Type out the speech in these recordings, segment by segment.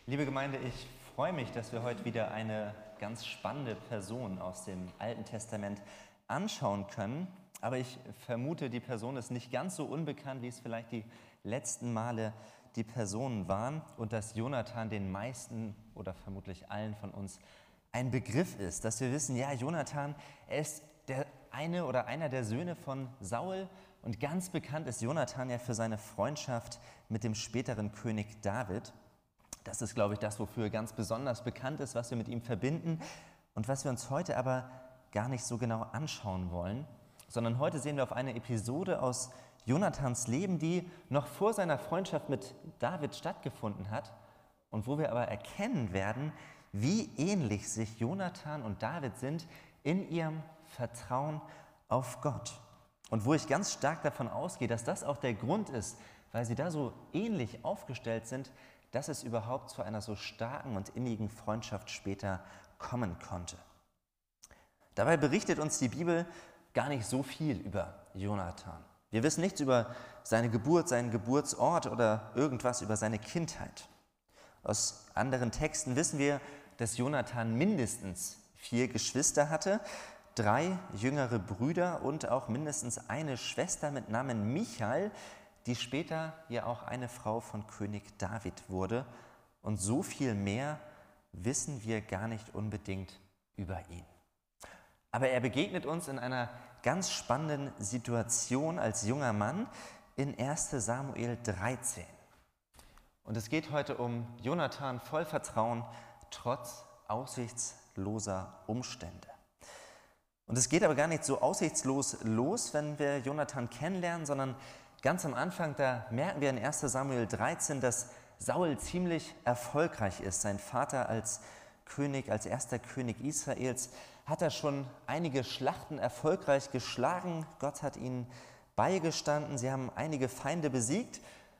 Liebe Gemeinde, ich freue mich, dass wir heute wieder eine ganz spannende Person aus dem Alten Testament anschauen können. Aber ich vermute, die Person ist nicht ganz so unbekannt, wie es vielleicht die letzten Male die Personen waren und dass Jonathan den meisten oder vermutlich allen von uns ein Begriff ist. Dass wir wissen, ja, Jonathan, er ist der eine oder einer der Söhne von Saul und ganz bekannt ist Jonathan ja für seine Freundschaft mit dem späteren König David. Das ist, glaube ich, das, wofür er ganz besonders bekannt ist, was wir mit ihm verbinden und was wir uns heute aber gar nicht so genau anschauen wollen, sondern heute sehen wir auf eine Episode aus Jonathans Leben, die noch vor seiner Freundschaft mit David stattgefunden hat und wo wir aber erkennen werden, wie ähnlich sich Jonathan und David sind in ihrem Vertrauen auf Gott. Und wo ich ganz stark davon ausgehe, dass das auch der Grund ist, weil sie da so ähnlich aufgestellt sind, dass es überhaupt zu einer so starken und innigen Freundschaft später kommen konnte. Dabei berichtet uns die Bibel gar nicht so viel über Jonathan. Wir wissen nichts über seine Geburt, seinen Geburtsort oder irgendwas über seine Kindheit. Aus anderen Texten wissen wir, dass Jonathan mindestens 4 Geschwister hatte, 3 jüngere Brüder und auch mindestens eine Schwester mit Namen Michal, die später ja auch eine Frau von König David wurde. Und so viel mehr wissen wir gar nicht unbedingt über ihn. Aber er begegnet uns in einer ganz spannenden Situation als junger Mann in 1. Samuel 13. Und es geht heute um Jonathan voll Vertrauen, trotz aussichtsloser Umstände. Und es geht aber gar nicht so aussichtslos los, wenn wir Jonathan kennenlernen, sondern ganz am Anfang, da merken wir in 1. Samuel 13, dass Saul ziemlich erfolgreich ist. Sein Vater als König, als erster König Israels, hat er schon einige Schlachten erfolgreich geschlagen. Gott hat ihnen beigestanden. Sie haben einige Feinde besiegt.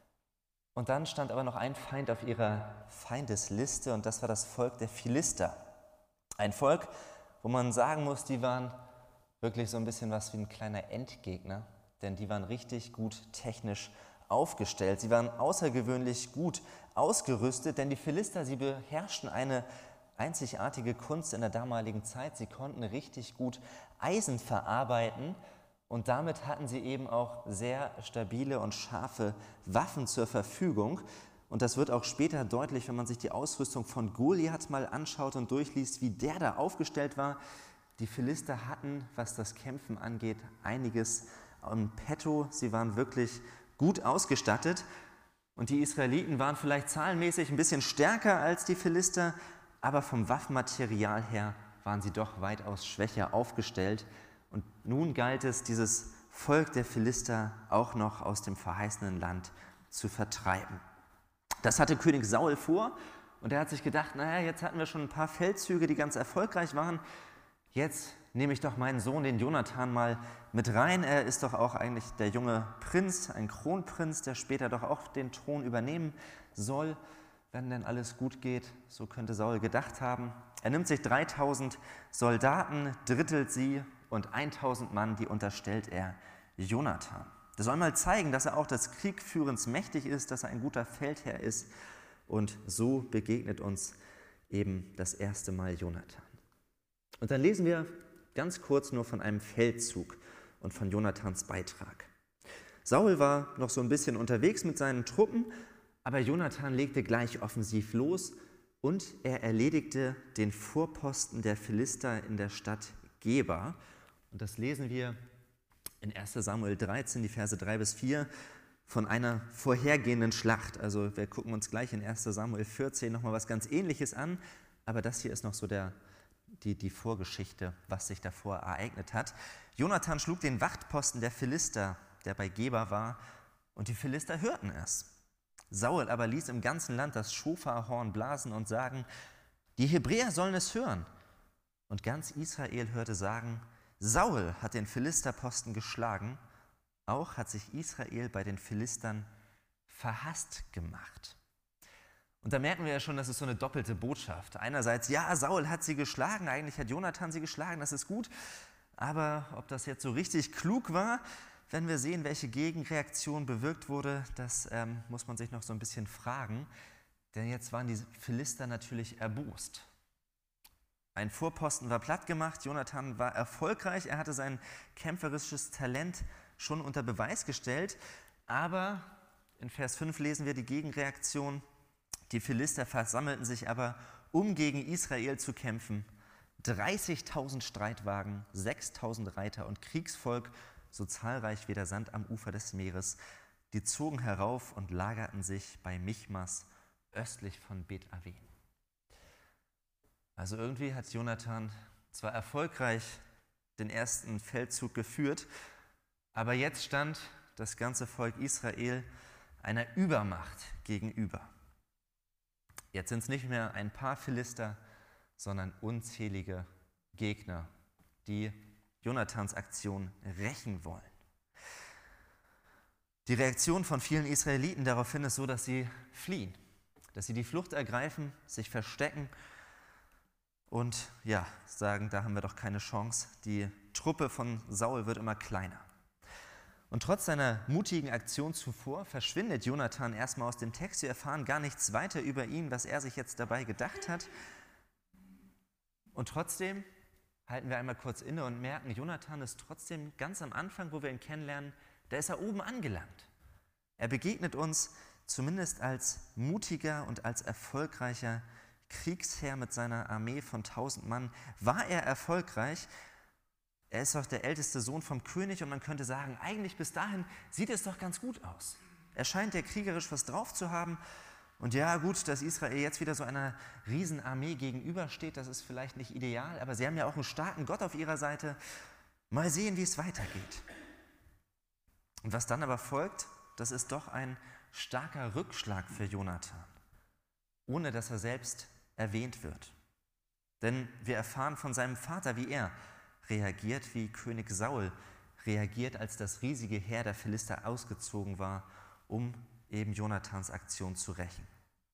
Und dann stand aber noch ein Feind auf ihrer Feindesliste und das war das Volk der Philister. Ein Volk, wo man sagen muss, die waren wirklich so ein bisschen was wie ein kleiner Endgegner. Denn die waren richtig gut technisch aufgestellt. Sie waren außergewöhnlich gut ausgerüstet, denn die Philister, sie beherrschten eine einzigartige Kunst in der damaligen Zeit. Sie konnten richtig gut Eisen verarbeiten und damit hatten sie eben auch sehr stabile und scharfe Waffen zur Verfügung. Und das wird auch später deutlich, wenn man sich die Ausrüstung von Goliath mal anschaut und durchliest, wie der da aufgestellt war. Die Philister hatten, was das Kämpfen angeht, einiges im Petto. Sie waren wirklich gut ausgestattet und die Israeliten waren vielleicht zahlenmäßig ein bisschen stärker als die Philister, aber vom Waffenmaterial her waren sie doch weitaus schwächer aufgestellt. Und nun galt es, dieses Volk der Philister auch noch aus dem verheißenen Land zu vertreiben. Das hatte König Saul vor und er hat sich gedacht, naja, jetzt hatten wir schon ein paar Feldzüge, die ganz erfolgreich waren. Jetzt nehme ich doch meinen Sohn, den Jonathan, mal mit rein. Er ist doch auch eigentlich der junge Prinz, ein Kronprinz, der später doch auch den Thron übernehmen soll, wenn denn alles gut geht. So könnte Saul gedacht haben. Er nimmt sich 3000 Soldaten, drittelt sie und 1000 Mann, die unterstellt er Jonathan. Das soll mal zeigen, dass er auch des Kriegführens mächtig ist, dass er ein guter Feldherr ist. Und so begegnet uns eben das erste Mal Jonathan. Und dann lesen wir ganz kurz nur von einem Feldzug und von Jonathans Beitrag. Saul war noch so ein bisschen unterwegs mit seinen Truppen, aber Jonathan legte gleich offensiv los und er erledigte den Vorposten der Philister in der Stadt Geba. Und das lesen wir in 1. Samuel 13, die Verse 3 bis 4, von einer vorhergehenden Schlacht. Also wir gucken uns gleich in 1. Samuel 14 nochmal was ganz Ähnliches an, aber das hier ist noch so die Vorgeschichte, was sich davor ereignet hat. Jonathan schlug den Wachtposten der Philister, der bei Geba war, und die Philister hörten es. Saul aber ließ im ganzen Land das Schofarhorn blasen und sagen, die Hebräer sollen es hören. Und ganz Israel hörte sagen, Saul hat den Philisterposten geschlagen, auch hat sich Israel bei den Philistern verhasst gemacht. Und da merken wir ja schon, das ist so eine doppelte Botschaft. Einerseits, ja, Saul hat sie geschlagen, eigentlich hat Jonathan sie geschlagen, das ist gut. Aber ob das jetzt so richtig klug war, wenn wir sehen, welche Gegenreaktion bewirkt wurde, das muss man sich noch so ein bisschen fragen. Denn jetzt waren die Philister natürlich erbost. Ein Vorposten war platt gemacht, Jonathan war erfolgreich, er hatte sein kämpferisches Talent schon unter Beweis gestellt, aber in Vers 5 lesen wir die Gegenreaktion. Die Philister versammelten sich aber, um gegen Israel zu kämpfen. 30.000 Streitwagen, 6.000 Reiter und Kriegsvolk, so zahlreich wie der Sand am Ufer des Meeres, die zogen herauf und lagerten sich bei Michmas, östlich von Bet-Aven. Also irgendwie hat Jonathan zwar erfolgreich den ersten Feldzug geführt, aber jetzt stand das ganze Volk Israel einer Übermacht gegenüber. Jetzt sind es nicht mehr ein paar Philister, sondern unzählige Gegner, die Jonathans Aktion rächen wollen. Die Reaktion von vielen Israeliten daraufhin ist so, dass sie fliehen, dass sie die Flucht ergreifen, sich verstecken und ja, sagen, da haben wir doch keine Chance. Die Truppe von Saul wird immer kleiner. Und trotz seiner mutigen Aktion zuvor verschwindet Jonathan erstmal aus dem Text. Wir erfahren gar nichts weiter über ihn, was er sich jetzt dabei gedacht hat. Und trotzdem halten wir einmal kurz inne und merken, Jonathan ist trotzdem ganz am Anfang, wo wir ihn kennenlernen, da ist er oben angelangt. Er begegnet uns zumindest als mutiger und als erfolgreicher Kriegsherr mit seiner Armee von 1000 Mann. War er erfolgreich? Er ist doch der älteste Sohn vom König und man könnte sagen, eigentlich bis dahin sieht es doch ganz gut aus. Er scheint ja kriegerisch was drauf zu haben. Und ja gut, dass Israel jetzt wieder so einer Riesenarmee gegenübersteht, das ist vielleicht nicht ideal, aber sie haben ja auch einen starken Gott auf ihrer Seite. Mal sehen, wie es weitergeht. Und was dann aber folgt, das ist doch ein starker Rückschlag für Jonathan, ohne dass er selbst erwähnt wird. Denn wir erfahren von seinem Vater, wie er reagiert, wie König Saul reagiert, als das riesige Heer der Philister ausgezogen war, um eben Jonathans Aktion zu rächen.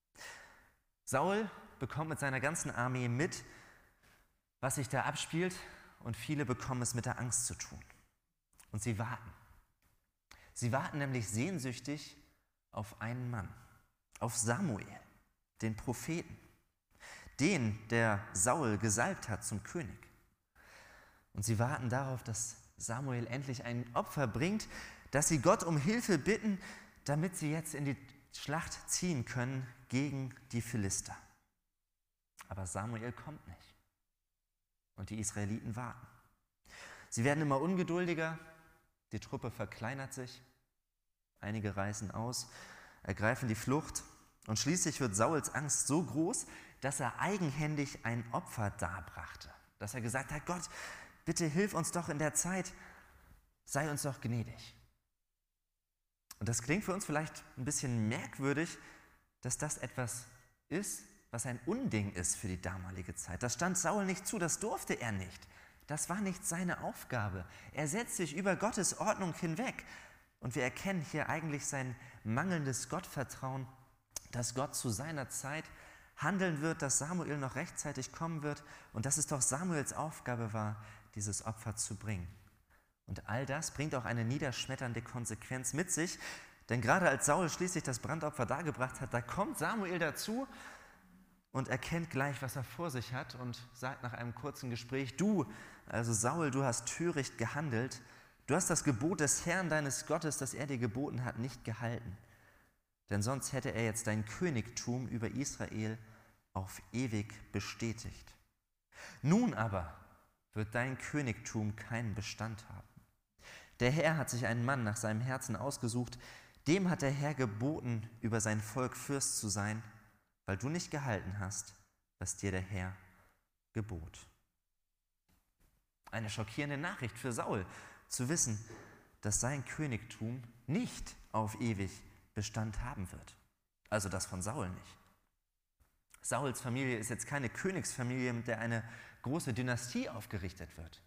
Saul bekommt mit seiner ganzen Armee mit, was sich da abspielt, und viele bekommen es mit der Angst zu tun. Und sie warten. Sie warten nämlich sehnsüchtig auf einen Mann, auf Samuel, den Propheten, den, der Saul gesalbt hat zum König. Und sie warten darauf, dass Samuel endlich ein Opfer bringt, dass sie Gott um Hilfe bitten, damit sie jetzt in die Schlacht ziehen können gegen die Philister. Aber Samuel kommt nicht. Und die Israeliten warten. Sie werden immer ungeduldiger, die Truppe verkleinert sich, einige reißen aus, ergreifen die Flucht und schließlich wird Sauls Angst so groß, dass er eigenhändig ein Opfer darbrachte. Dass er gesagt hat, Gott, bitte hilf uns doch in der Zeit, sei uns doch gnädig. Und das klingt für uns vielleicht ein bisschen merkwürdig, dass das etwas ist, was ein Unding ist für die damalige Zeit. Das stand Saul nicht zu, das durfte er nicht. Das war nicht seine Aufgabe. Er setzt sich über Gottes Ordnung hinweg. Und wir erkennen hier eigentlich sein mangelndes Gottvertrauen, dass Gott zu seiner Zeit handeln wird, dass Samuel noch rechtzeitig kommen wird und dass es doch Samuels Aufgabe war, dieses Opfer zu bringen. Und all das bringt auch eine niederschmetternde Konsequenz mit sich, denn gerade als Saul schließlich das Brandopfer dargebracht hat, da kommt Samuel dazu und erkennt gleich, was er vor sich hat und sagt nach einem kurzen Gespräch, du, also Saul, du hast töricht gehandelt, du hast das Gebot des Herrn deines Gottes, das er dir geboten hat, nicht gehalten. Denn sonst hätte er jetzt dein Königtum über Israel auf ewig bestätigt. Nun aber wird dein Königtum keinen Bestand haben. Der Herr hat sich einen Mann nach seinem Herzen ausgesucht, dem hat der Herr geboten, über sein Volk Fürst zu sein, weil du nicht gehalten hast, was dir der Herr gebot. Eine schockierende Nachricht für Saul, zu wissen, dass sein Königtum nicht auf ewig Bestand haben wird. Also das von Saul nicht. Sauls Familie ist jetzt keine Königsfamilie, mit der eine große Dynastie aufgerichtet wird.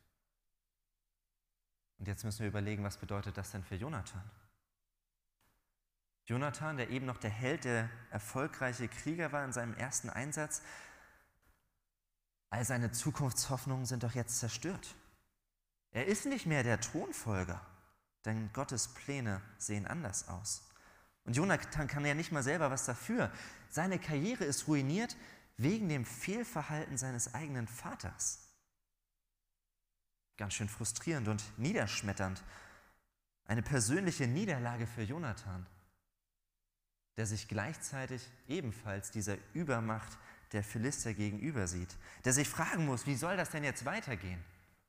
Und jetzt müssen wir überlegen, was bedeutet das denn für Jonathan? Jonathan, der eben noch der Held, der erfolgreiche Krieger war in seinem ersten Einsatz, all seine Zukunftshoffnungen sind doch jetzt zerstört. Er ist nicht mehr der Thronfolger, denn Gottes Pläne sehen anders aus. Und Jonathan kann ja nicht mal selber was dafür. Seine Karriere ist ruiniert wegen dem Fehlverhalten seines eigenen Vaters. Ganz schön frustrierend und niederschmetternd. Eine persönliche Niederlage für Jonathan, der sich gleichzeitig ebenfalls dieser Übermacht der Philister gegenüber sieht, der sich fragen muss, wie soll das denn jetzt weitergehen?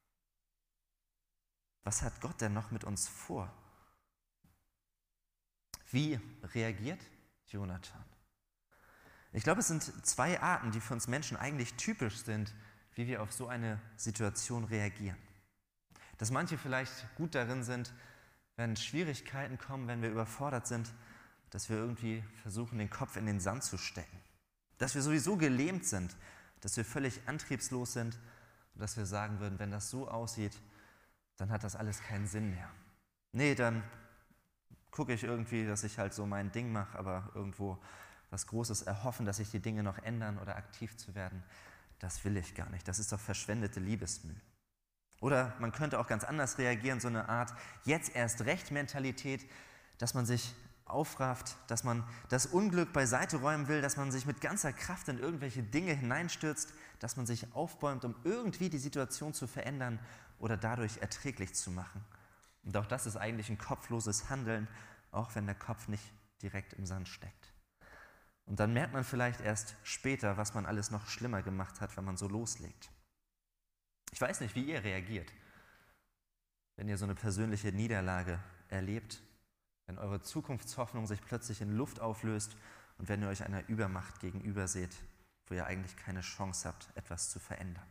Was hat Gott denn noch mit uns vor? Wie reagiert Jonathan? Ich glaube, es sind zwei Arten, die für uns Menschen eigentlich typisch sind, wie wir auf so eine Situation reagieren. Dass manche vielleicht gut darin sind, wenn Schwierigkeiten kommen, wenn wir überfordert sind, dass wir irgendwie versuchen, den Kopf in den Sand zu stecken. Dass wir sowieso gelähmt sind, dass wir völlig antriebslos sind und dass wir sagen würden, wenn das so aussieht, dann hat das alles keinen Sinn mehr. Nee, dann gucke ich irgendwie, dass ich halt so mein Ding mache, aber irgendwo was Großes erhoffen, dass sich die Dinge noch ändern oder aktiv zu werden, das will ich gar nicht. Das ist doch verschwendete Liebesmüh. Oder man könnte auch ganz anders reagieren, so eine Art Jetzt-erst-recht-Mentalität, dass man sich aufrafft, dass man das Unglück beiseite räumen will, dass man sich mit ganzer Kraft in irgendwelche Dinge hineinstürzt, dass man sich aufbäumt, um irgendwie die Situation zu verändern oder dadurch erträglich zu machen. Und auch das ist eigentlich ein kopfloses Handeln, auch wenn der Kopf nicht direkt im Sand steckt. Und dann merkt man vielleicht erst später, was man alles noch schlimmer gemacht hat, wenn man so loslegt. Ich weiß nicht, wie ihr reagiert, wenn ihr so eine persönliche Niederlage erlebt, wenn eure Zukunftshoffnung sich plötzlich in Luft auflöst und wenn ihr euch einer Übermacht gegenüber seht, wo ihr eigentlich keine Chance habt, etwas zu verändern.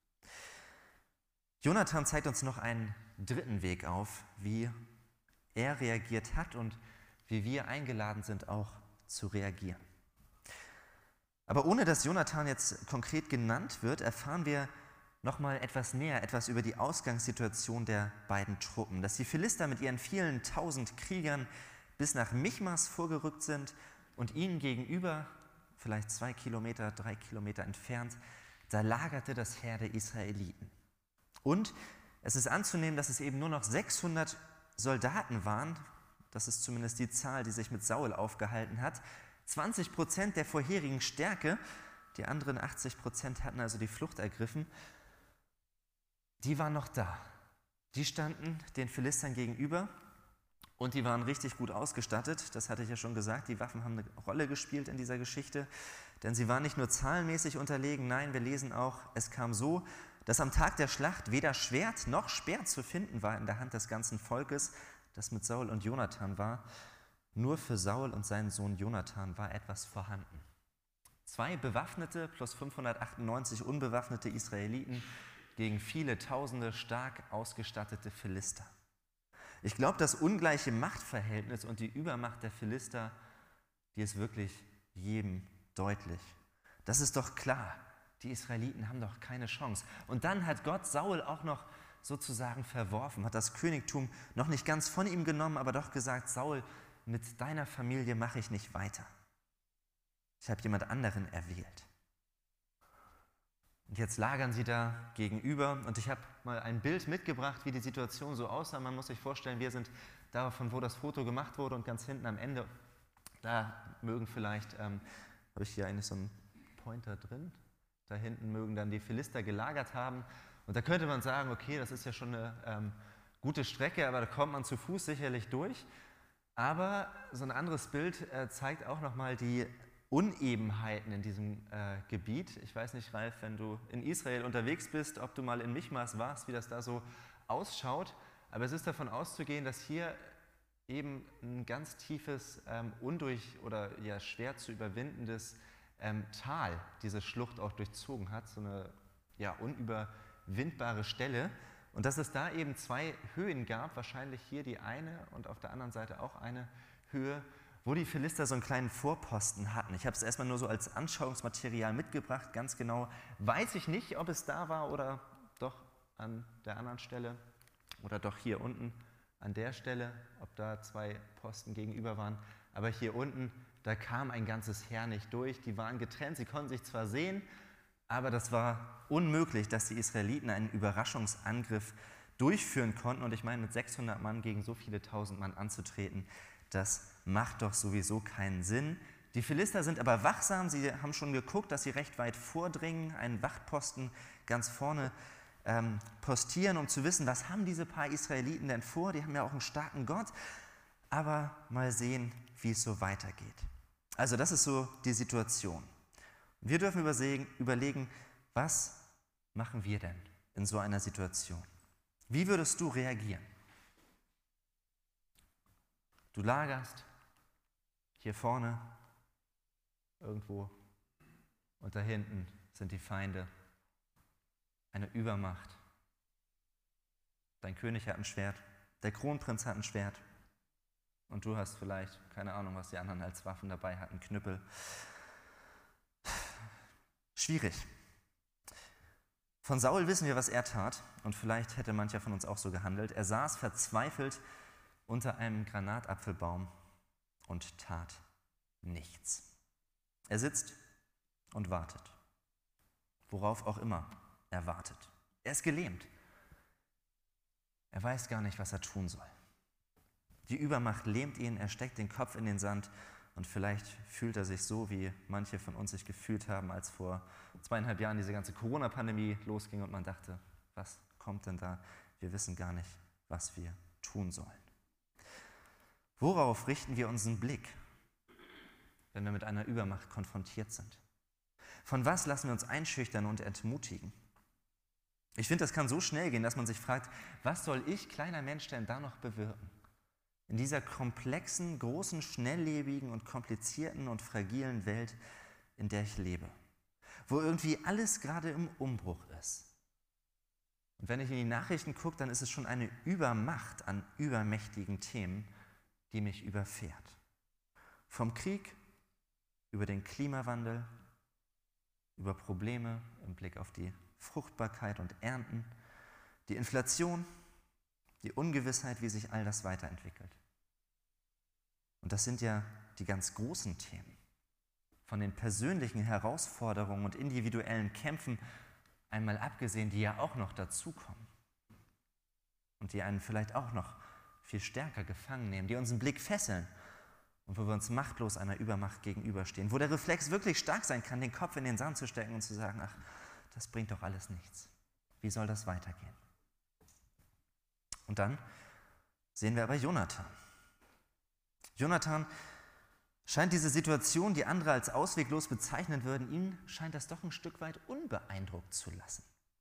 Jonathan zeigt uns noch einen dritten Weg auf, wie er reagiert hat und wie wir eingeladen sind, auch zu reagieren. Aber ohne dass Jonathan jetzt konkret genannt wird, erfahren wir nochmal etwas näher, etwas über die Ausgangssituation der beiden Truppen. Dass die Philister mit ihren vielen tausend Kriegern bis nach Michmas vorgerückt sind und ihnen gegenüber, vielleicht 2 Kilometer, 3 Kilometer entfernt, da lagerte das Heer der Israeliten. Und es ist anzunehmen, dass es eben nur noch 600 Soldaten waren, das ist zumindest die Zahl, die sich mit Saul aufgehalten hat, 20% der vorherigen Stärke, die anderen 80% hatten also die Flucht ergriffen, die waren noch da. Die standen den Philistern gegenüber und die waren richtig gut ausgestattet. Das hatte ich ja schon gesagt, die Waffen haben eine Rolle gespielt in dieser Geschichte, denn sie waren nicht nur zahlenmäßig unterlegen, nein, wir lesen auch, es kam so, dass am Tag der Schlacht weder Schwert noch Speer zu finden war in der Hand des ganzen Volkes, das mit Saul und Jonathan war. Nur für Saul und seinen Sohn Jonathan war etwas vorhanden. 2 bewaffnete plus 598 unbewaffnete Israeliten gegen viele tausende stark ausgestattete Philister. Ich glaube, das ungleiche Machtverhältnis und die Übermacht der Philister, die ist wirklich jedem deutlich. Das ist doch klar, die Israeliten haben doch keine Chance. Und dann hat Gott Saul auch noch sozusagen verworfen, hat das Königtum noch nicht ganz von ihm genommen, aber doch gesagt, Saul, mit deiner Familie mache ich nicht weiter. Ich habe jemand anderen erwählt. Und jetzt lagern sie da gegenüber und ich habe mal ein Bild mitgebracht, wie die Situation so aussah. Man muss sich vorstellen, wir sind da, von wo das Foto gemacht wurde und ganz hinten am Ende, da mögen vielleicht, habe ich hier eigentlich so einen Pointer drin, da hinten mögen dann die Philister gelagert haben. Und da könnte man sagen, okay, das ist ja schon eine gute Strecke, aber da kommt man zu Fuß sicherlich durch. Aber so ein anderes Bild zeigt auch nochmal die Unebenheiten in diesem Gebiet. Ich weiß nicht, Ralf, wenn du in Israel unterwegs bist, ob du mal in Michmas warst, wie das da so ausschaut. Aber es ist davon auszugehen, dass hier eben ein ganz tiefes, oder ja schwer zu überwindendes Tal diese Schlucht auch durchzogen hat, so eine ja, unüberwindbare Stelle. Und dass es da eben 2 Höhen gab, wahrscheinlich hier die eine und auf der anderen Seite auch eine Höhe, wo die Philister so einen kleinen Vorposten hatten. Ich habe es erstmal nur so als Anschauungsmaterial mitgebracht. Ganz genau weiß ich nicht, ob es da war oder doch an der anderen Stelle oder doch hier unten an der Stelle, ob da 2 Posten gegenüber waren. Aber hier unten, da kam ein ganzes Heer nicht durch. Die waren getrennt, sie konnten sich zwar sehen, aber das war unmöglich, dass die Israeliten einen Überraschungsangriff durchführen konnten. Und ich meine, mit 600 Mann gegen so viele 1000 Mann anzutreten, das macht doch sowieso keinen Sinn. Die Philister sind aber wachsam, sie haben schon geguckt, dass sie recht weit vordringen, einen Wachtposten ganz vorne postieren, um zu wissen, was haben diese paar Israeliten denn vor? Die haben ja auch einen starken Gott, aber mal sehen, wie es so weitergeht. Also das ist so die Situation. Wir dürfen überlegen, was machen wir denn in so einer Situation? Wie würdest du reagieren? Du lagerst hier vorne irgendwo und da hinten sind die Feinde, eine Übermacht. Dein König hat ein Schwert, der Kronprinz hat ein Schwert und du hast vielleicht, keine Ahnung, was die anderen als Waffen dabei hatten, Knüppel. Schwierig. Von Saul wissen wir, was er tat und vielleicht hätte mancher von uns auch so gehandelt. Er saß verzweifelt unter einem Granatapfelbaum und tat nichts. Er sitzt und wartet, worauf auch immer er wartet. Er ist gelähmt. Er weiß gar nicht, was er tun soll. Die Übermacht lähmt ihn, er steckt den Kopf in den Sand und vielleicht fühlt er sich so, wie manche von uns sich gefühlt haben, als vor 2,5 Jahren diese ganze Corona-Pandemie losging und man dachte, was kommt denn da? Wir wissen gar nicht, was wir tun sollen. Worauf richten wir unseren Blick, wenn wir mit einer Übermacht konfrontiert sind? Von was lassen wir uns einschüchtern und entmutigen? Ich finde, das kann so schnell gehen, dass man sich fragt, was soll ich, kleiner Mensch, denn da noch bewirken? In dieser komplexen, großen, schnelllebigen und komplizierten und fragilen Welt, in der ich lebe, wo irgendwie alles gerade im Umbruch ist. Und wenn ich in die Nachrichten gucke, dann ist es schon eine Übermacht an übermächtigen Themen, die mich überfährt. Vom Krieg über den Klimawandel, über Probleme im Blick auf die Fruchtbarkeit und Ernten, die Inflation, die Ungewissheit, wie sich all das weiterentwickelt. Und das sind ja die ganz großen Themen. Von den persönlichen Herausforderungen und individuellen Kämpfen einmal abgesehen, die ja auch noch dazukommen. Und die einen vielleicht auch noch viel stärker gefangen nehmen, die unseren Blick fesseln und wo wir uns machtlos einer Übermacht gegenüberstehen, wo der Reflex wirklich stark sein kann, den Kopf in den Sand zu stecken und zu sagen, ach, das bringt doch alles nichts. Wie soll das weitergehen? Und dann sehen wir aber Jonathan. Jonathan scheint diese Situation, die andere als ausweglos bezeichnen würden, ihn scheint das doch ein Stück weit unbeeindruckt zu lassen.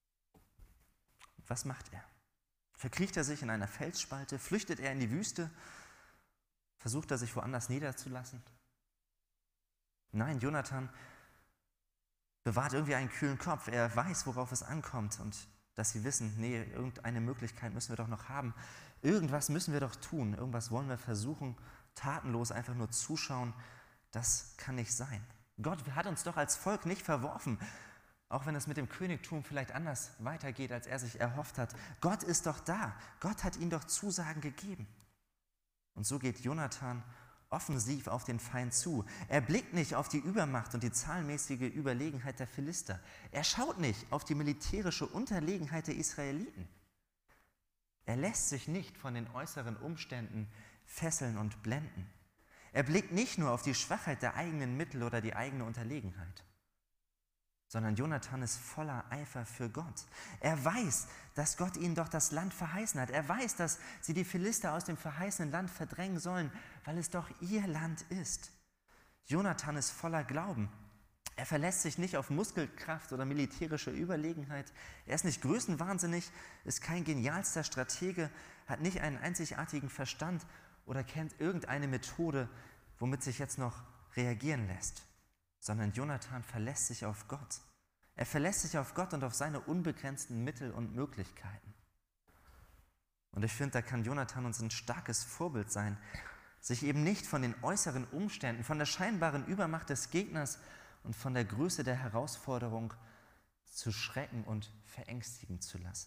Was macht er? Verkriecht er sich in einer Felsspalte? Flüchtet er in die Wüste? Versucht er sich woanders niederzulassen? Nein, Jonathan bewahrt irgendwie einen kühlen Kopf. Er weiß, worauf es ankommt und dass sie wissen, nee, irgendeine Möglichkeit müssen wir doch noch haben. Irgendwas müssen wir doch tun. Irgendwas wollen wir versuchen. Tatenlos einfach nur zuschauen, das kann nicht sein. Gott hat uns doch als Volk nicht verworfen, auch wenn es mit dem Königtum vielleicht anders weitergeht, als er sich erhofft hat. Gott ist doch da. Gott hat ihm doch Zusagen gegeben. Und so geht Jonathan offensiv auf den Feind zu. Er blickt nicht auf die Übermacht und die zahlenmäßige Überlegenheit der Philister. Er schaut nicht auf die militärische Unterlegenheit der Israeliten. Er lässt sich nicht von den äußeren Umständen fesseln und blenden. Er blickt nicht nur auf die Schwachheit der eigenen Mittel oder die eigene Unterlegenheit, sondern Jonathan ist voller Eifer für Gott. Er weiß, dass Gott ihnen doch das Land verheißen hat. Er weiß, dass sie die Philister aus dem verheißenen Land verdrängen sollen, weil es doch ihr Land ist. Jonathan ist voller Glauben. Er verlässt sich nicht auf Muskelkraft oder militärische Überlegenheit. Er ist nicht größenwahnsinnig, ist kein genialster Stratege, hat nicht einen einzigartigen Verstand oder kennt irgendeine Methode, womit sich jetzt noch reagieren lässt, sondern Jonathan verlässt sich auf Gott. Er verlässt sich auf Gott und auf seine unbegrenzten Mittel und Möglichkeiten. Und ich finde, da kann Jonathan uns ein starkes Vorbild sein, sich eben nicht von den äußeren Umständen, von der scheinbaren Übermacht des Gegners und von der Größe der Herausforderung zu schrecken und verängstigen zu lassen.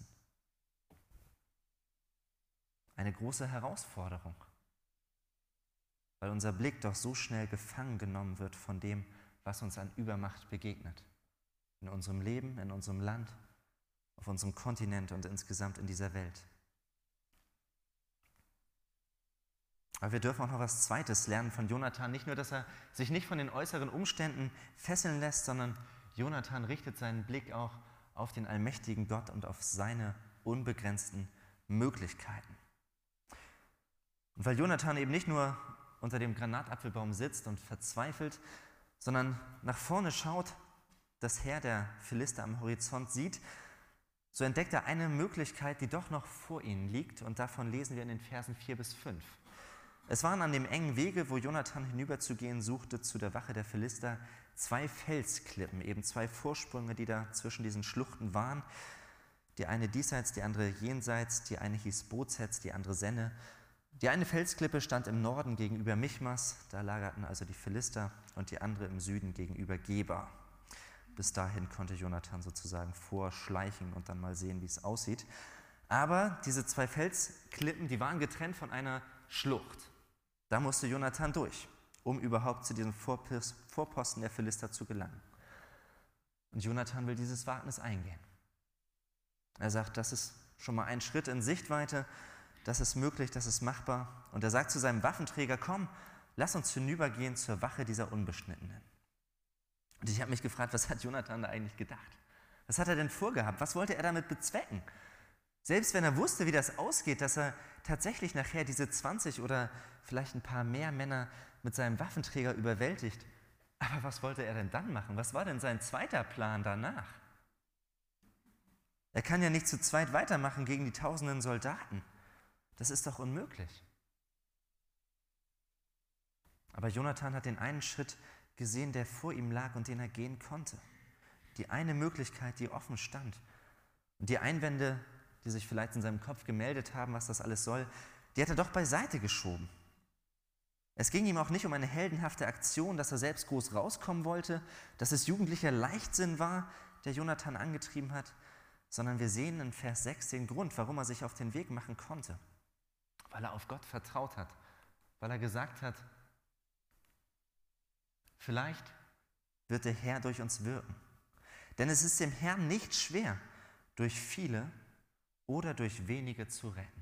Eine große Herausforderung, weil unser Blick doch so schnell gefangen genommen wird von dem, was uns an Übermacht begegnet. In unserem Leben, in unserem Land, auf unserem Kontinent und insgesamt in dieser Welt. Aber wir dürfen auch noch was Zweites lernen von Jonathan. Nicht nur, dass er sich nicht von den äußeren Umständen fesseln lässt, sondern Jonathan richtet seinen Blick auch auf den allmächtigen Gott und auf seine unbegrenzten Möglichkeiten. Und weil Jonathan eben nicht nur unter dem Granatapfelbaum sitzt und verzweifelt, sondern nach vorne schaut, das Heer der Philister am Horizont sieht, so entdeckt er eine Möglichkeit, die doch noch vor ihnen liegt, und davon lesen wir in den Versen 4-5. Es waren an dem engen Wege, wo Jonathan hinüberzugehen suchte, zu der Wache der Philister 2 Felsklippen, eben 2 Vorsprünge, die da zwischen diesen Schluchten waren. Die eine diesseits, die andere jenseits, die eine hieß Bozez, die andere Senne. Die eine Felsklippe stand im Norden gegenüber Michmas, da lagerten also die Philister, und die andere im Süden gegenüber Geba. Bis dahin konnte Jonathan sozusagen vorschleichen und dann mal sehen, wie es aussieht. Aber diese 2 Felsklippen, die waren getrennt von einer Schlucht. Da musste Jonathan durch, um überhaupt zu diesem Vorposten der Philister zu gelangen. Und Jonathan will dieses Wagnis eingehen. Er sagt, das ist schon mal ein Schritt in Sichtweite, das ist möglich, das ist machbar. Und er sagt zu seinem Waffenträger, komm, lass uns hinübergehen zur Wache dieser Unbeschnittenen. Und ich habe mich gefragt, was hat Jonathan da eigentlich gedacht? Was hat er denn vorgehabt? Was wollte er damit bezwecken? Selbst wenn er wusste, wie das ausgeht, dass er tatsächlich nachher diese 20 oder vielleicht ein paar mehr Männer mit seinem Waffenträger überwältigt. Aber was wollte er denn dann machen? Was war denn sein zweiter Plan danach? Er kann ja nicht zu zweit weitermachen gegen die tausenden Soldaten. Das ist doch unmöglich. Aber Jonathan hat den einen Schritt gesehen, der vor ihm lag und den er gehen konnte. Die eine Möglichkeit, die offen stand. Und die Einwände, die sich vielleicht in seinem Kopf gemeldet haben, was das alles soll, die hat er doch beiseite geschoben. Es ging ihm auch nicht um eine heldenhafte Aktion, dass er selbst groß rauskommen wollte, dass es jugendlicher Leichtsinn war, der Jonathan angetrieben hat, sondern wir sehen in Vers 6 den Grund, warum er sich auf den Weg machen konnte. Weil er auf Gott vertraut hat, weil er gesagt hat, vielleicht wird der Herr durch uns wirken. Denn es ist dem Herrn nicht schwer, durch viele oder durch wenige zu retten.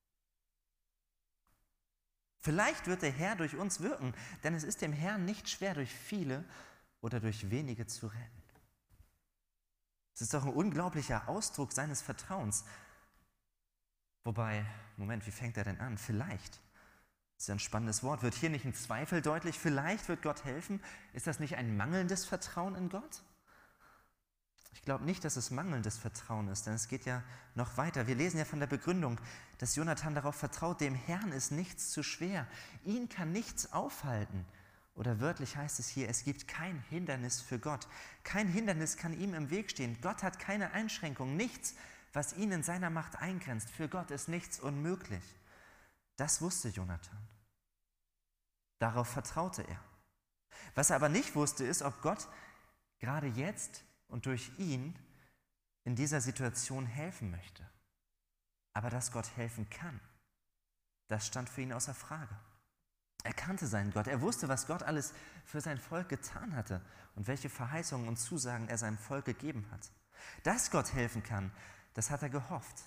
Vielleicht wird der Herr durch uns wirken, denn es ist dem Herrn nicht schwer, durch viele oder durch wenige zu retten. Es ist doch ein unglaublicher Ausdruck seines Vertrauens. Wobei, Moment, wie fängt er denn an? Vielleicht. Das ist ja ein spannendes Wort. Wird hier nicht ein Zweifel deutlich? Vielleicht wird Gott helfen? Ist das nicht ein mangelndes Vertrauen in Gott? Ich glaube nicht, dass es mangelndes Vertrauen ist, denn es geht ja noch weiter. Wir lesen ja von der Begründung, dass Jonathan darauf vertraut, dem Herrn ist nichts zu schwer. Ihn kann nichts aufhalten. Oder wörtlich heißt es hier, es gibt kein Hindernis für Gott. Kein Hindernis kann ihm im Weg stehen. Gott hat keine Einschränkung, nichts, was ihn in seiner Macht eingrenzt. Für Gott ist nichts unmöglich. Das wusste Jonathan. Darauf vertraute er. Was er aber nicht wusste, ist, ob Gott gerade jetzt und durch ihn in dieser Situation helfen möchte. Aber dass Gott helfen kann, das stand für ihn außer Frage. Er kannte seinen Gott, er wusste, was Gott alles für sein Volk getan hatte und welche Verheißungen und Zusagen er seinem Volk gegeben hat. Dass Gott helfen kann, das hat er gehofft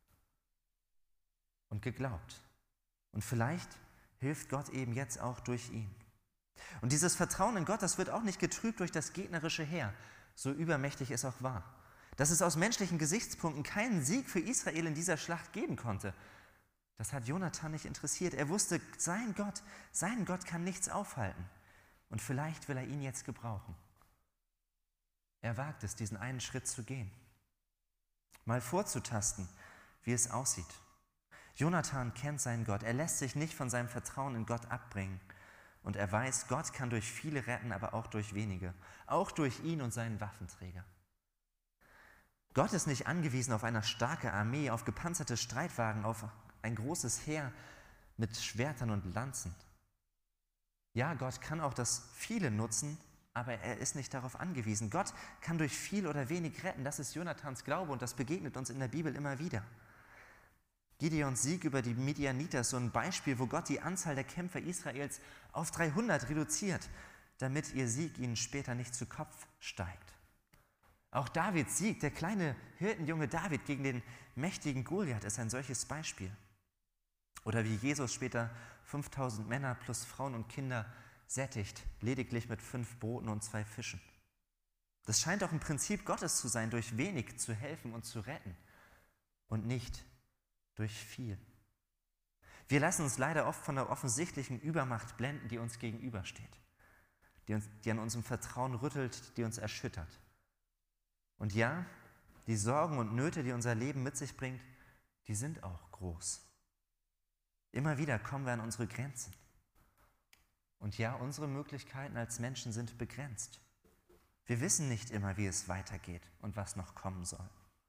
und geglaubt. Und vielleicht hilft Gott eben jetzt auch durch ihn. Und dieses Vertrauen in Gott, das wird auch nicht getrübt durch das gegnerische Heer, so übermächtig es auch war. Dass es aus menschlichen Gesichtspunkten keinen Sieg für Israel in dieser Schlacht geben konnte, das hat Jonathan nicht interessiert. Er wusste, sein Gott kann nichts aufhalten. Und vielleicht will er ihn jetzt gebrauchen. Er wagt es, diesen einen Schritt zu gehen. Mal vorzutasten, wie es aussieht. Jonathan kennt seinen Gott. Er lässt sich nicht von seinem Vertrauen in Gott abbringen. Und er weiß, Gott kann durch viele retten, aber auch durch wenige. Auch durch ihn und seinen Waffenträger. Gott ist nicht angewiesen auf eine starke Armee, auf gepanzerte Streitwagen, auf ein großes Heer mit Schwertern und Lanzen. Ja, Gott kann auch das Viele nutzen, aber er ist nicht darauf angewiesen. Gott kann durch viel oder wenig retten. Das ist Jonathans Glaube und das begegnet uns in der Bibel immer wieder. Gideons Sieg über die Midianiter ist so ein Beispiel, wo Gott die Anzahl der Kämpfer Israels auf 300 reduziert, damit ihr Sieg ihnen später nicht zu Kopf steigt. Auch Davids Sieg, der kleine Hirtenjunge David gegen den mächtigen Goliath, ist ein solches Beispiel. Oder wie Jesus später 5000 Männer plus Frauen und Kinder sättigt, lediglich mit 5 Broten und 2 Fischen. Das scheint auch ein Prinzip Gottes zu sein, durch wenig zu helfen und zu retten und nicht durch viel. Wir lassen uns leider oft von der offensichtlichen Übermacht blenden, die uns gegenübersteht, die an unserem Vertrauen rüttelt, die uns erschüttert. Und ja, die Sorgen und Nöte, die unser Leben mit sich bringt, die sind auch groß. Immer wieder kommen wir an unsere Grenzen. Und ja, unsere Möglichkeiten als Menschen sind begrenzt. Wir wissen nicht immer, wie es weitergeht und was noch kommen soll.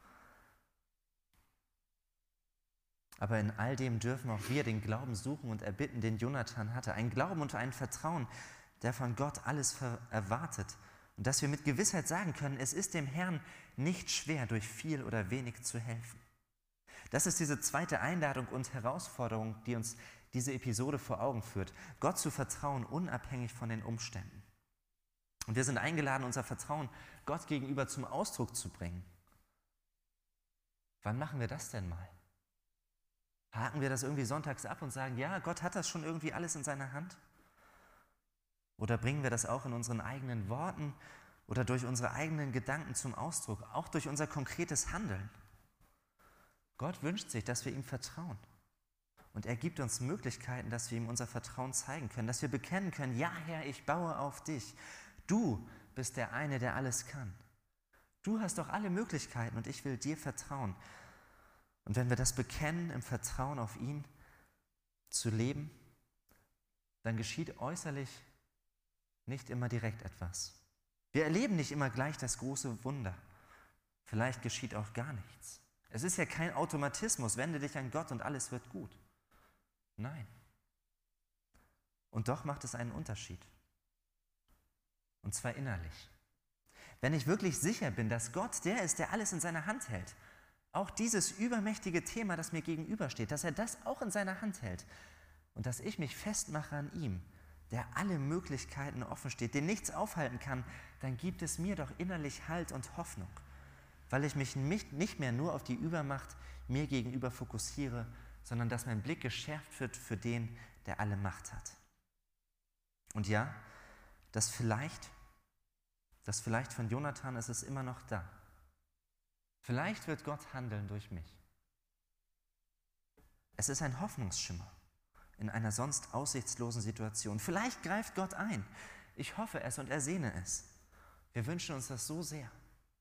Aber in all dem dürfen auch wir den Glauben suchen und erbitten, den Jonathan hatte. Ein Glauben und ein Vertrauen, der von Gott alles erwartet. Und dass wir mit Gewissheit sagen können, es ist dem Herrn nicht schwer, durch viel oder wenig zu helfen. Das ist diese zweite Einladung und Herausforderung, die uns diese Episode vor Augen führt. Gott zu vertrauen, unabhängig von den Umständen. Und wir sind eingeladen, unser Vertrauen Gott gegenüber zum Ausdruck zu bringen. Wann machen wir das denn mal? Haken wir das irgendwie sonntags ab und sagen, ja, Gott hat das schon irgendwie alles in seiner Hand? Oder bringen wir das auch in unseren eigenen Worten oder durch unsere eigenen Gedanken zum Ausdruck, auch durch unser konkretes Handeln? Gott wünscht sich, dass wir ihm vertrauen. Und er gibt uns Möglichkeiten, dass wir ihm unser Vertrauen zeigen können, dass wir bekennen können, ja Herr, ich baue auf dich. Du bist der eine, der alles kann. Du hast doch alle Möglichkeiten und ich will dir vertrauen. Und wenn wir das bekennen, im Vertrauen auf ihn zu leben, dann geschieht äußerlich nicht immer direkt etwas. Wir erleben nicht immer gleich das große Wunder. Vielleicht geschieht auch gar nichts. Es ist ja kein Automatismus, wende dich an Gott und alles wird gut. Nein. Und doch macht es einen Unterschied. Und zwar innerlich. Wenn ich wirklich sicher bin, dass Gott der ist, der alles in seiner Hand hält, auch dieses übermächtige Thema, das mir gegenübersteht, dass er das auch in seiner Hand hält und dass ich mich festmache an ihm, der alle Möglichkeiten offen steht, den nichts aufhalten kann, dann gibt es mir doch innerlich Halt und Hoffnung, weil ich mich nicht mehr nur auf die Übermacht mir gegenüber fokussiere, sondern dass mein Blick geschärft wird für den, der alle Macht hat. Und ja, das vielleicht von Jonathan ist es immer noch da. Vielleicht wird Gott handeln durch mich. Es ist ein Hoffnungsschimmer in einer sonst aussichtslosen Situation. Vielleicht greift Gott ein. Ich hoffe es und ersehne es. Wir wünschen uns das so sehr.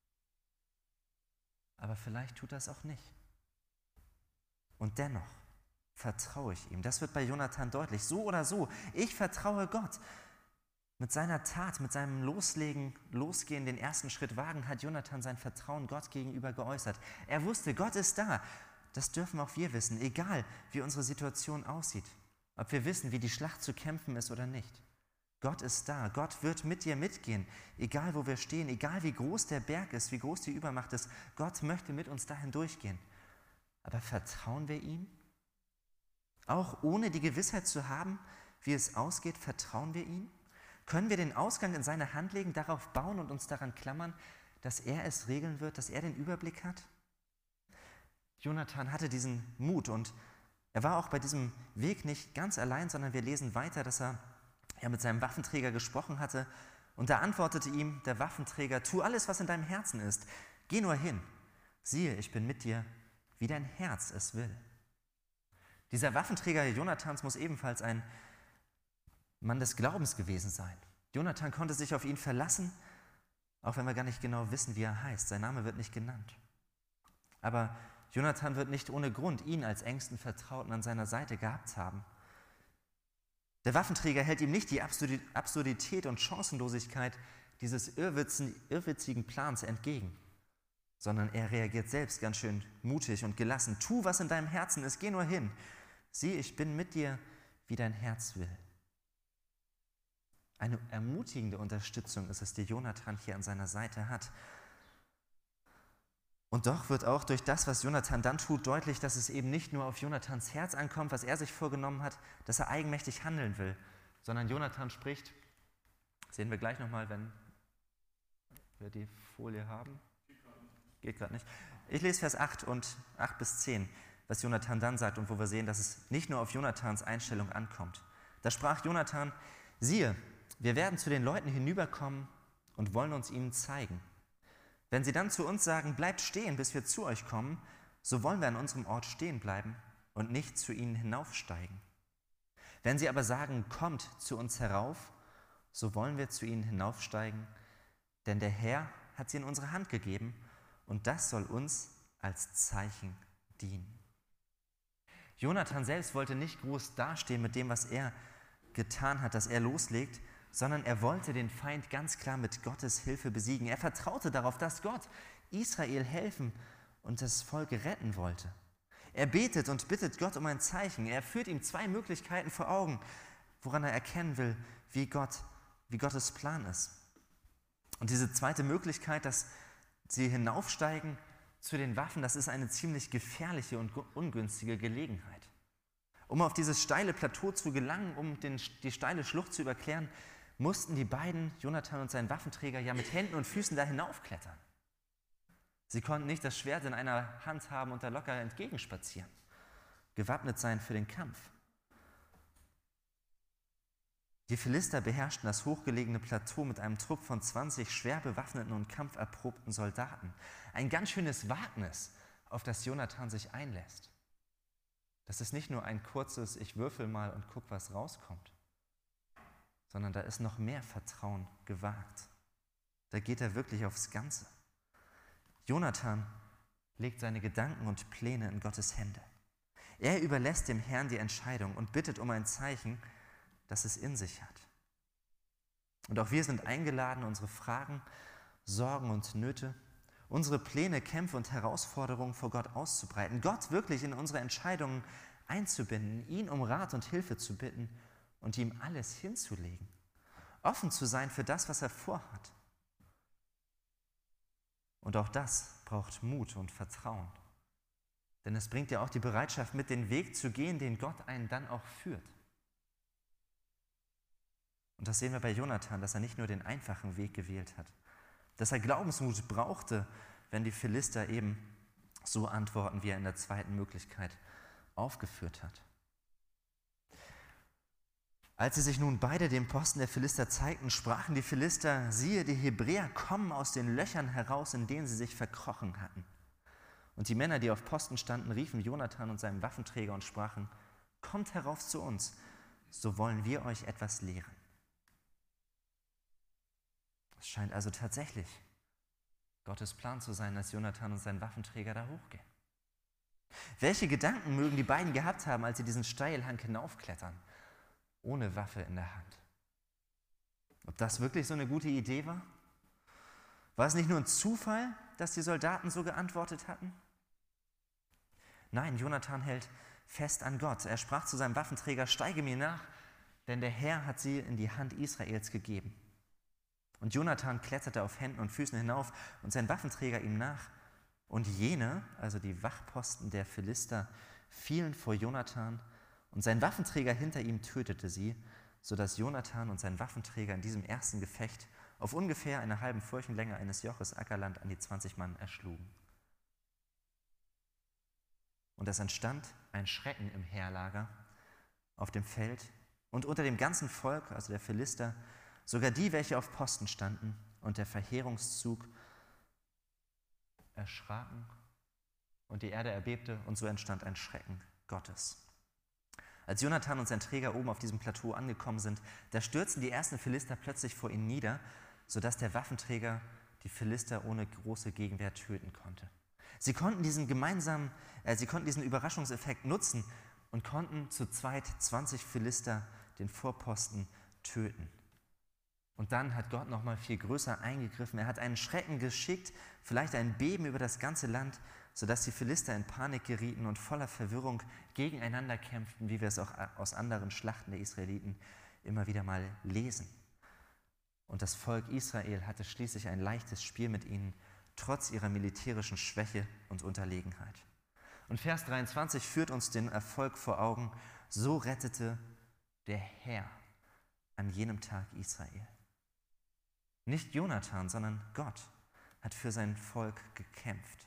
Aber vielleicht tut das auch nicht. Und dennoch vertraue ich ihm. Das wird bei Jonathan deutlich. So oder so, ich vertraue Gott. Mit seiner Tat, mit seinem Losgehen, den ersten Schritt wagen, hat Jonathan sein Vertrauen Gott gegenüber geäußert. Er wusste, Gott ist da. Das dürfen auch wir wissen, egal wie unsere Situation aussieht. Ob wir wissen, wie die Schlacht zu kämpfen ist oder nicht. Gott ist da. Gott wird mit dir mitgehen, egal wo wir stehen, egal wie groß der Berg ist, wie groß die Übermacht ist. Gott möchte mit uns dahin durchgehen. Aber vertrauen wir ihm? Auch ohne die Gewissheit zu haben, wie es ausgeht, vertrauen wir ihm? Können wir den Ausgang in seine Hand legen, darauf bauen und uns daran klammern, dass er es regeln wird, dass er den Überblick hat? Jonathan hatte diesen Mut und er war auch bei diesem Weg nicht ganz allein, sondern wir lesen weiter, dass er mit seinem Waffenträger gesprochen hatte und da antwortete ihm der Waffenträger, tu alles, was in deinem Herzen ist, geh nur hin, siehe, ich bin mit dir, wie dein Herz es will. Dieser Waffenträger Jonathans muss ebenfalls ein Mann des Glaubens gewesen sein. Jonathan konnte sich auf ihn verlassen, auch wenn wir gar nicht genau wissen, wie er heißt. Sein Name wird nicht genannt. Aber Jonathan wird nicht ohne Grund ihn als engsten Vertrauten an seiner Seite gehabt haben. Der Waffenträger hält ihm nicht die Absurdität und Chancenlosigkeit dieses irrwitzigen Plans entgegen, sondern er reagiert selbst ganz schön mutig und gelassen. Tu, was in deinem Herzen ist, geh nur hin. Sieh, ich bin mit dir, wie dein Herz will. Eine ermutigende Unterstützung ist es, die Jonathan hier an seiner Seite hat. Und doch wird auch durch das, was Jonathan dann tut, deutlich, dass es eben nicht nur auf Jonathans Herz ankommt, was er sich vorgenommen hat, dass er eigenmächtig handeln will, sondern Jonathan spricht, sehen wir gleich nochmal, wenn wir die Folie haben. Geht gerade nicht. Ich lese Vers 8 bis 10. was Jonathan dann sagt und wo wir sehen, dass es nicht nur auf Jonathans Einstellung ankommt. Da sprach Jonathan: Siehe, wir werden zu den Leuten hinüberkommen und wollen uns ihnen zeigen. Wenn sie dann zu uns sagen, bleibt stehen, bis wir zu euch kommen, so wollen wir an unserem Ort stehen bleiben und nicht zu ihnen hinaufsteigen. Wenn sie aber sagen, kommt zu uns herauf, so wollen wir zu ihnen hinaufsteigen, denn der Herr hat sie in unsere Hand gegeben und das soll uns als Zeichen dienen. Jonathan selbst wollte nicht groß dastehen mit dem, was er getan hat, dass er loslegt, sondern er wollte den Feind ganz klar mit Gottes Hilfe besiegen. Er vertraute darauf, dass Gott Israel helfen und das Volk retten wollte. Er betet und bittet Gott um ein Zeichen. Er führt ihm 2 Möglichkeiten vor Augen, woran er erkennen will, wie Gottes Plan ist. Und diese zweite Möglichkeit, dass sie hinaufsteigen zu den Waffen, das ist eine ziemlich gefährliche und ungünstige Gelegenheit. Um auf dieses steile Plateau zu gelangen, um die steile Schlucht zu überqueren, mussten die beiden, Jonathan und sein Waffenträger, ja mit Händen und Füßen da hinaufklettern. Sie konnten nicht das Schwert in einer Hand haben und da locker entgegenspazieren, gewappnet sein für den Kampf. Die Philister beherrschten das hochgelegene Plateau mit einem Trupp von 20 schwer bewaffneten und kampferprobten Soldaten. Ein ganz schönes Wagnis, auf das Jonathan sich einlässt. Das ist nicht nur ein kurzes, ich würfel mal und guck, was rauskommt, sondern da ist noch mehr Vertrauen gewagt. Da geht er wirklich aufs Ganze. Jonathan legt seine Gedanken und Pläne in Gottes Hände. Er überlässt dem Herrn die Entscheidung und bittet um ein Zeichen, das es in sich hat. Und auch wir sind eingeladen, unsere Fragen, Sorgen und Nöte, unsere Pläne, Kämpfe und Herausforderungen vor Gott auszubreiten, Gott wirklich in unsere Entscheidungen einzubinden, ihn um Rat und Hilfe zu bitten und ihm alles hinzulegen, offen zu sein für das, was er vorhat. Und auch das braucht Mut und Vertrauen. Denn es bringt ja auch die Bereitschaft mit, den Weg zu gehen, den Gott einen dann auch führt. Und das sehen wir bei Jonathan, dass er nicht nur den einfachen Weg gewählt hat, dass er Glaubensmut brauchte, wenn die Philister eben so antworten, wie er in der zweiten Möglichkeit aufgeführt hat. Als sie sich nun beide dem Posten der Philister zeigten, sprachen die Philister: Siehe, die Hebräer kommen aus den Löchern heraus, in denen sie sich verkrochen hatten. Und die Männer, die auf Posten standen, riefen Jonathan und seinem Waffenträger und sprachen: Kommt herauf zu uns, so wollen wir euch etwas lehren. Es scheint also tatsächlich Gottes Plan zu sein, dass Jonathan und sein Waffenträger da hochgehen. Welche Gedanken mögen die beiden gehabt haben, als sie diesen Steilhang hinaufklettern, ohne Waffe in der Hand? Ob das wirklich so eine gute Idee war? War es nicht nur ein Zufall, dass die Soldaten so geantwortet hatten? Nein, Jonathan hält fest an Gott. Er sprach zu seinem Waffenträger: Steige mir nach, denn der Herr hat sie in die Hand Israels gegeben. Und Jonathan kletterte auf Händen und Füßen hinauf und sein Waffenträger ihm nach. Und jene, also die Wachposten der Philister, fielen vor Jonathan und sein Waffenträger hinter ihm tötete sie, sodass Jonathan und sein Waffenträger in diesem ersten Gefecht auf ungefähr einer halben Furchenlänge eines Joches Ackerland an die 20 Mann erschlugen. Und es entstand ein Schrecken im Heerlager, auf dem Feld und unter dem ganzen Volk, also der Philister, sogar die, welche auf Posten standen, und der Verheerungszug erschraken und die Erde erbebte, und so entstand ein Schrecken Gottes. Als Jonathan und sein Träger oben auf diesem Plateau angekommen sind, da stürzten die ersten Philister plötzlich vor ihnen nieder, sodass der Waffenträger die Philister ohne große Gegenwehr töten konnte. Sie konnten diesen Überraschungseffekt nutzen und konnten zu zweit 20 Philister den Vorposten töten. Und dann hat Gott noch mal viel größer eingegriffen. Er hat einen Schrecken geschickt, vielleicht ein Beben über das ganze Land, sodass die Philister in Panik gerieten und voller Verwirrung gegeneinander kämpften, wie wir es auch aus anderen Schlachten der Israeliten immer wieder mal lesen. Und das Volk Israel hatte schließlich ein leichtes Spiel mit ihnen, trotz ihrer militärischen Schwäche und Unterlegenheit. Und Vers 23 führt uns den Erfolg vor Augen: So rettete der Herr an jenem Tag Israel. Nicht Jonathan, sondern Gott hat für sein Volk gekämpft.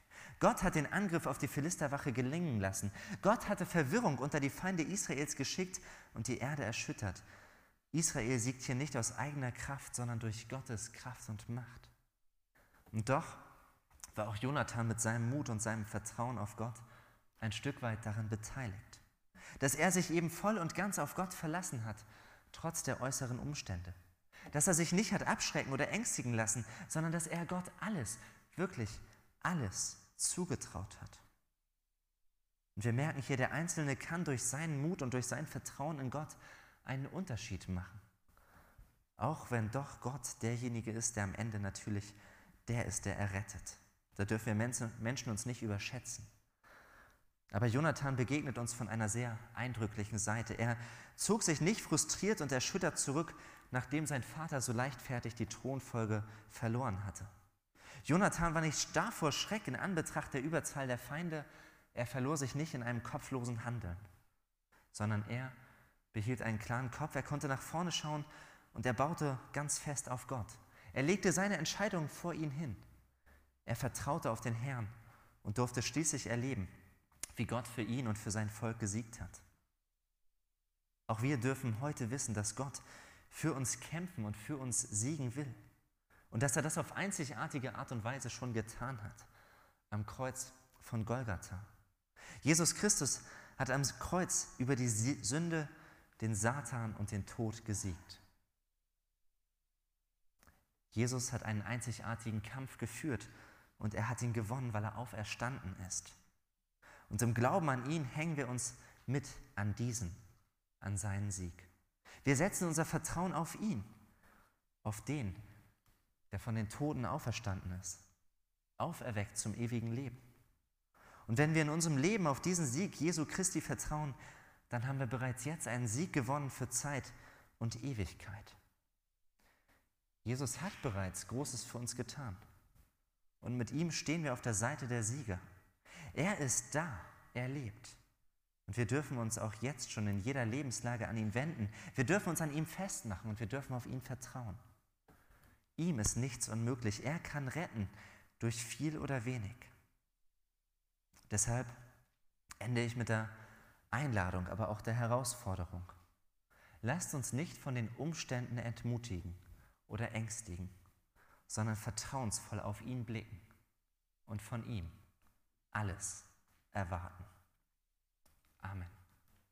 Gott hat den Angriff auf die Philisterwache gelingen lassen. Gott hatte Verwirrung unter die Feinde Israels geschickt und die Erde erschüttert. Israel siegt hier nicht aus eigener Kraft, sondern durch Gottes Kraft und Macht. Und doch war auch Jonathan mit seinem Mut und seinem Vertrauen auf Gott ein Stück weit daran beteiligt. Dass er sich eben voll und ganz auf Gott verlassen hat, trotz der äußeren Umstände. Dass er sich nicht hat abschrecken oder ängstigen lassen, sondern dass er Gott alles, wirklich alles zugetraut hat. Und wir merken hier, der Einzelne kann durch seinen Mut und durch sein Vertrauen in Gott einen Unterschied machen. Auch wenn doch Gott derjenige ist, der am Ende natürlich der ist, der errettet. Da dürfen wir Menschen uns nicht überschätzen. Aber Jonathan begegnet uns von einer sehr eindrücklichen Seite. Er zog sich nicht frustriert und erschüttert zurück, nachdem sein Vater so leichtfertig die Thronfolge verloren hatte. Jonathan war nicht starr vor Schreck in Anbetracht der Überzahl der Feinde. Er verlor sich nicht in einem kopflosen Handeln, sondern er behielt einen klaren Kopf, er konnte nach vorne schauen und er baute ganz fest auf Gott. Er legte seine Entscheidung vor ihn hin. Er vertraute auf den Herrn und durfte schließlich erleben, wie Gott für ihn und für sein Volk gesiegt hat. Auch wir dürfen heute wissen, dass Gott für uns kämpfen und für uns siegen will. Und dass er das auf einzigartige Art und Weise schon getan hat, am Kreuz von Golgatha. Jesus Christus hat am Kreuz über die Sünde, den Satan und den Tod gesiegt. Jesus hat einen einzigartigen Kampf geführt und er hat ihn gewonnen, weil er auferstanden ist. Und im Glauben an ihn hängen wir uns mit an an seinen Sieg. Wir setzen unser Vertrauen auf ihn, auf den, der von den Toten auferstanden ist, auferweckt zum ewigen Leben. Und wenn wir in unserem Leben auf diesen Sieg Jesu Christi vertrauen, dann haben wir bereits jetzt einen Sieg gewonnen für Zeit und Ewigkeit. Jesus hat bereits Großes für uns getan. Und mit ihm stehen wir auf der Seite der Sieger. Er ist da, er lebt. Und wir dürfen uns auch jetzt schon in jeder Lebenslage an ihn wenden. Wir dürfen uns an ihm festmachen und wir dürfen auf ihn vertrauen. Ihm ist nichts unmöglich. Er kann retten durch viel oder wenig. Deshalb ende ich mit der Einladung, aber auch der Herausforderung. Lasst uns nicht von den Umständen entmutigen oder ängstigen, sondern vertrauensvoll auf ihn blicken und von ihm alles erwarten. Amen.